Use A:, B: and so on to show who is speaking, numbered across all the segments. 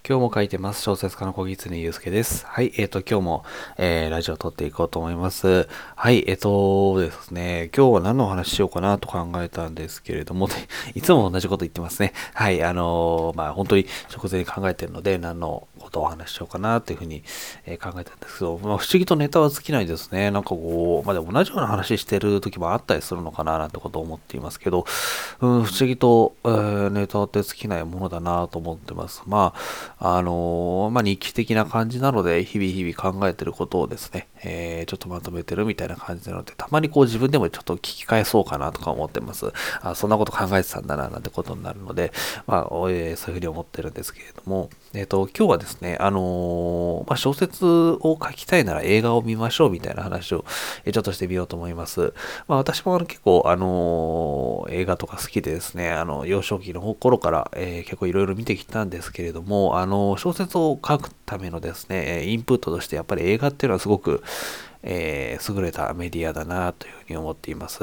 A: 今日も書いてます。小説家の小狐祐介です。はい、今日も、ラジオを撮っていこうと思います。はい、ですね、今日は何のお話ししようかなと考えたんですけれども、いつも同じこと言ってますね。はい、本当に直前に考えてるので、何のことをお話ししようかなというふうに、考えたんですけど、不思議とネタは尽きないですね。でも同じような話してる時もあったりするのかななんてことを思っていますけど、不思議と、ネタって尽きないものだなと思ってます。日記的な感じなので、日々考えてることをですね、ちょっとまとめてるみたいな感じなので、たまにこう自分でもちょっと聞き返そうかなとか思ってます。そんなこと考えてたんだな、なんてことになるので、そういうふうに思ってるんですけれども、今日はですね、小説を書きたいなら映画を見ましょうみたいな話を、ちょっとしてみようと思います。私も結構、映画とか好きでですね、幼少期の頃から、結構いろいろ見てきたんですけれども、小説を書くためのですね、インプットとしてやっぱり映画っていうのはすごく、優れたメディアだなというふうに思っています。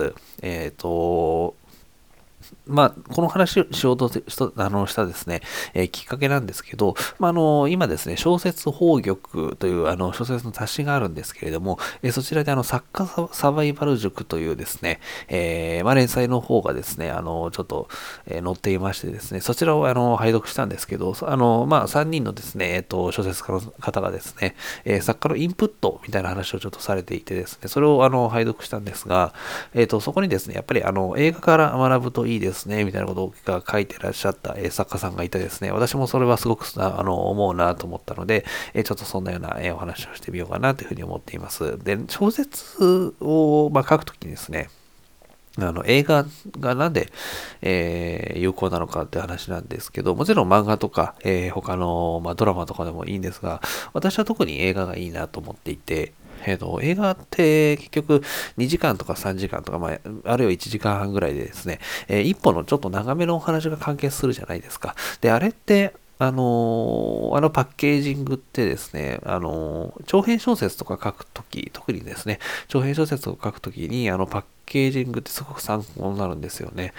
A: この話をしようとしたですね、きっかけなんですけど、今ですね、小説宝玉という小説の雑誌があるんですけれども、そちらで作家サバイバル塾というですね、連載の方がですね、ちょっと、載っていましてですね、そちらを拝読したんですけど、3人のですね、小説家の方がですね、作家のインプットみたいな話をちょっとされていてですね、それを拝読したんですが、そこにですね、やっぱり映画から学ぶといいですね、みたいなことが書いてらっしゃった、作家さんがいてですね、私もそれはすごく思うなと思ったので、ちょっとそんなような、お話をしてみようかなというふうに思っています。で、小説を、書くときにですね、映画がなんで、有効なのかって話なんですけど、もちろん漫画とか、他の、ドラマとかでもいいんですが、私は特に映画がいいなと思っていて、映画って結局2時間とか3時間とか、あるいは1時間半ぐらいでですね、一本のちょっと長めのお話が完結するじゃないですか。で、あれって、パッケージングってですね、長編小説とか書くとき、特にですね、長編小説を書くときに、パッケージングってすごく参考になるんですよね。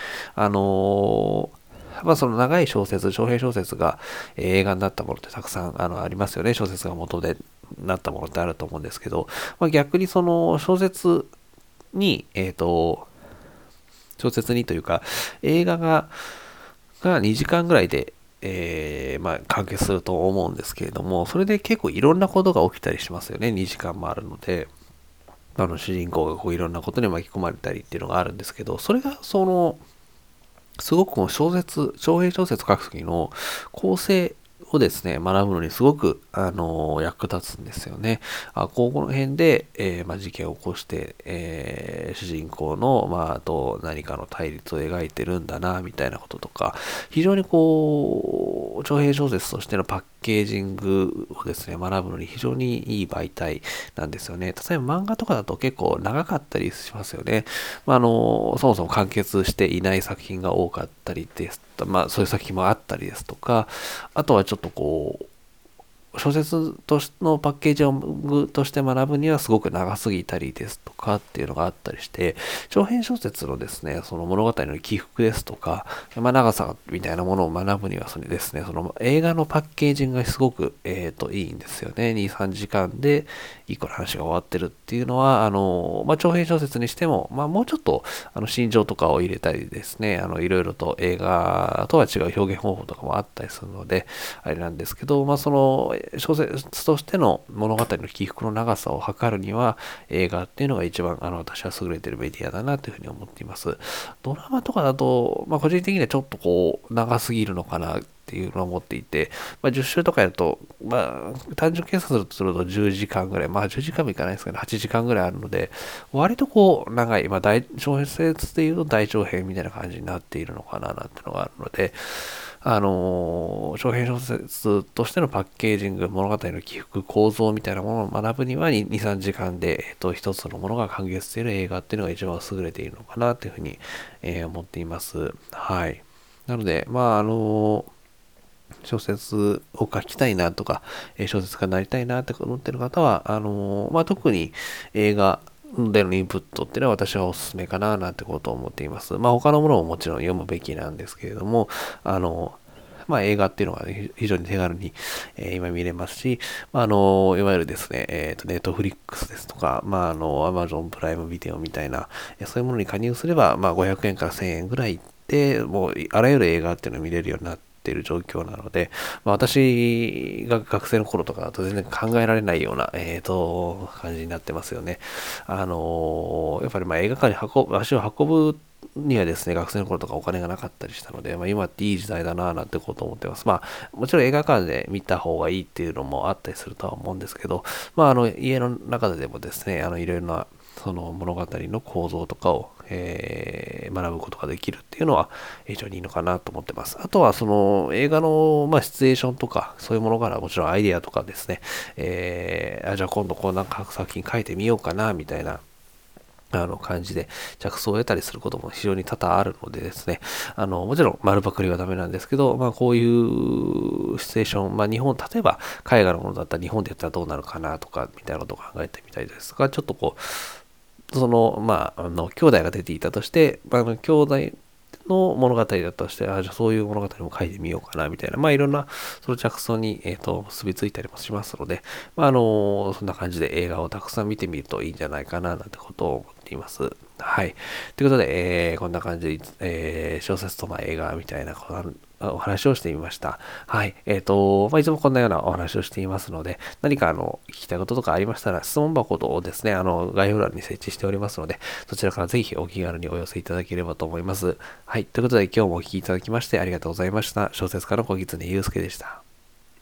A: その長い小説、長編小説が映画になったものってたくさんありますよね。小説が元でなったものってあると思うんですけど、逆にその小説に、小説にというか、映画が2時間ぐらいで、完結すると思うんですけれども、それで結構いろんなことが起きたりしますよね。2時間もあるので。主人公がこういろんなことに巻き込まれたりっていうのがあるんですけど、それがすごくこう長編小説を書くときの構成をですね、学ぶのにすごく、役立つんですよね。この辺で、事件を起こして、主人公の、あと何かの対立を描いてるんだな、みたいなこととか、非常にこう、長編小説としてのパッケージングをですね、学ぶのに非常にいい媒体なんですよね。例えば漫画とかだと結構長かったりしますよね。そもそも完結していない作品が多かったりですと、そういう作品もあったりですとか、あとはちょっとこう、小説としのパッケージングとして学ぶにはすごく長すぎたりですとかっていうのがあったりして、長編小説のですね、その物語の起伏ですとか、長さみたいなものを学ぶにはそれですね、その映画のパッケージングがすごく、いいんですよね。2、3時間で一個の話が終わってるっていうのは、長編小説にしても、もうちょっと、心情とかを入れたりですね、いろいろと映画とは違う表現方法とかもあったりするので、あれなんですけど、その小説としての物語の起伏の長さを測るには、映画っていうのが一番私は優れてるメディアだなというふうに思っています。ドラマとかだと、個人的にはちょっとこう長すぎるのかなっていうのを思っていて、10週とかやると、単純計算すると10時間ぐらい、10時間もいかないですけど、8時間ぐらいあるので、割とこう長い、小説でいうと大長編みたいな感じになっているのかななんてのがあるので、長編小説としてのパッケージング、物語の起伏、構造みたいなものを学ぶには2、3時間で、一つのものが完結している映画っていうのが一番優れているのかなというふうに、思っています。はい。なので、小説を書きたいなとか、小説家になりたいなって思ってる方は、特に映画でのインプットっていうのは私はおすすめかななんてことを思っています。他のものももちろん読むべきなんですけれども、 まあ映画っていうのが非常に手軽に、今見れますし、まあいわゆるですね、ネットフリックスですとか、まあアマゾンプライムビデオみたいな、そういうものに加入すれば、まあ500円から1000円ぐらいで、もうあらゆる映画っていうのを見れるようになっている状況なので、まあ、私が学生の頃とかだと全然考えられないような、感じになってますよね。やっぱりまあ映画館に足を運ぶにはですね、学生の頃とかお金がなかったりしたので、まあ、今っていい時代だなぁなんてことを思ってます。まあ、もちろん映画館で見た方がいいっていうのもあったりするとは思うんですけど、まあ、家の中でもですね、いろいろな、その物語の構造とかを、学ぶことができるっていうのは非常にいいのかなと思ってます。あとはその映画の、まあ、シチュエーションとかそういうものからもちろんアイデアとかですね、じゃあ今度こうなんか作品書いてみようかなみたいな感じで着想を得たりすることも非常に多々あるのでですね、もちろん丸パクリはダメなんですけど、まあこういうシチュエーション、まあ日本、例えば海外のものだったら日本でやったらどうなるかなとか、みたいなことを考えてみたりですとか、ちょっとこう、まあ、兄弟が出ていたとして、兄弟の物語だとして、じゃあそういう物語も書いてみようかな、みたいな、まあいろんな、その着想に、結びついたりもしますので、まあそんな感じで映画をたくさん見てみるといいんじゃないかな、なんてことを思っています。はい。ということで、こんな感じで、小説とまあ映画みたいなお話をしてみました。はい。まあ、いつもこんなようなお話をしていますので、何か聞きたいこととかありましたら、質問箱をですね、概要欄に設置しておりますので、そちらからぜひお気軽にお寄せいただければと思います。はい。ということで、今日もお聞きいただきましてありがとうございました。小説家の小狐祐介でした。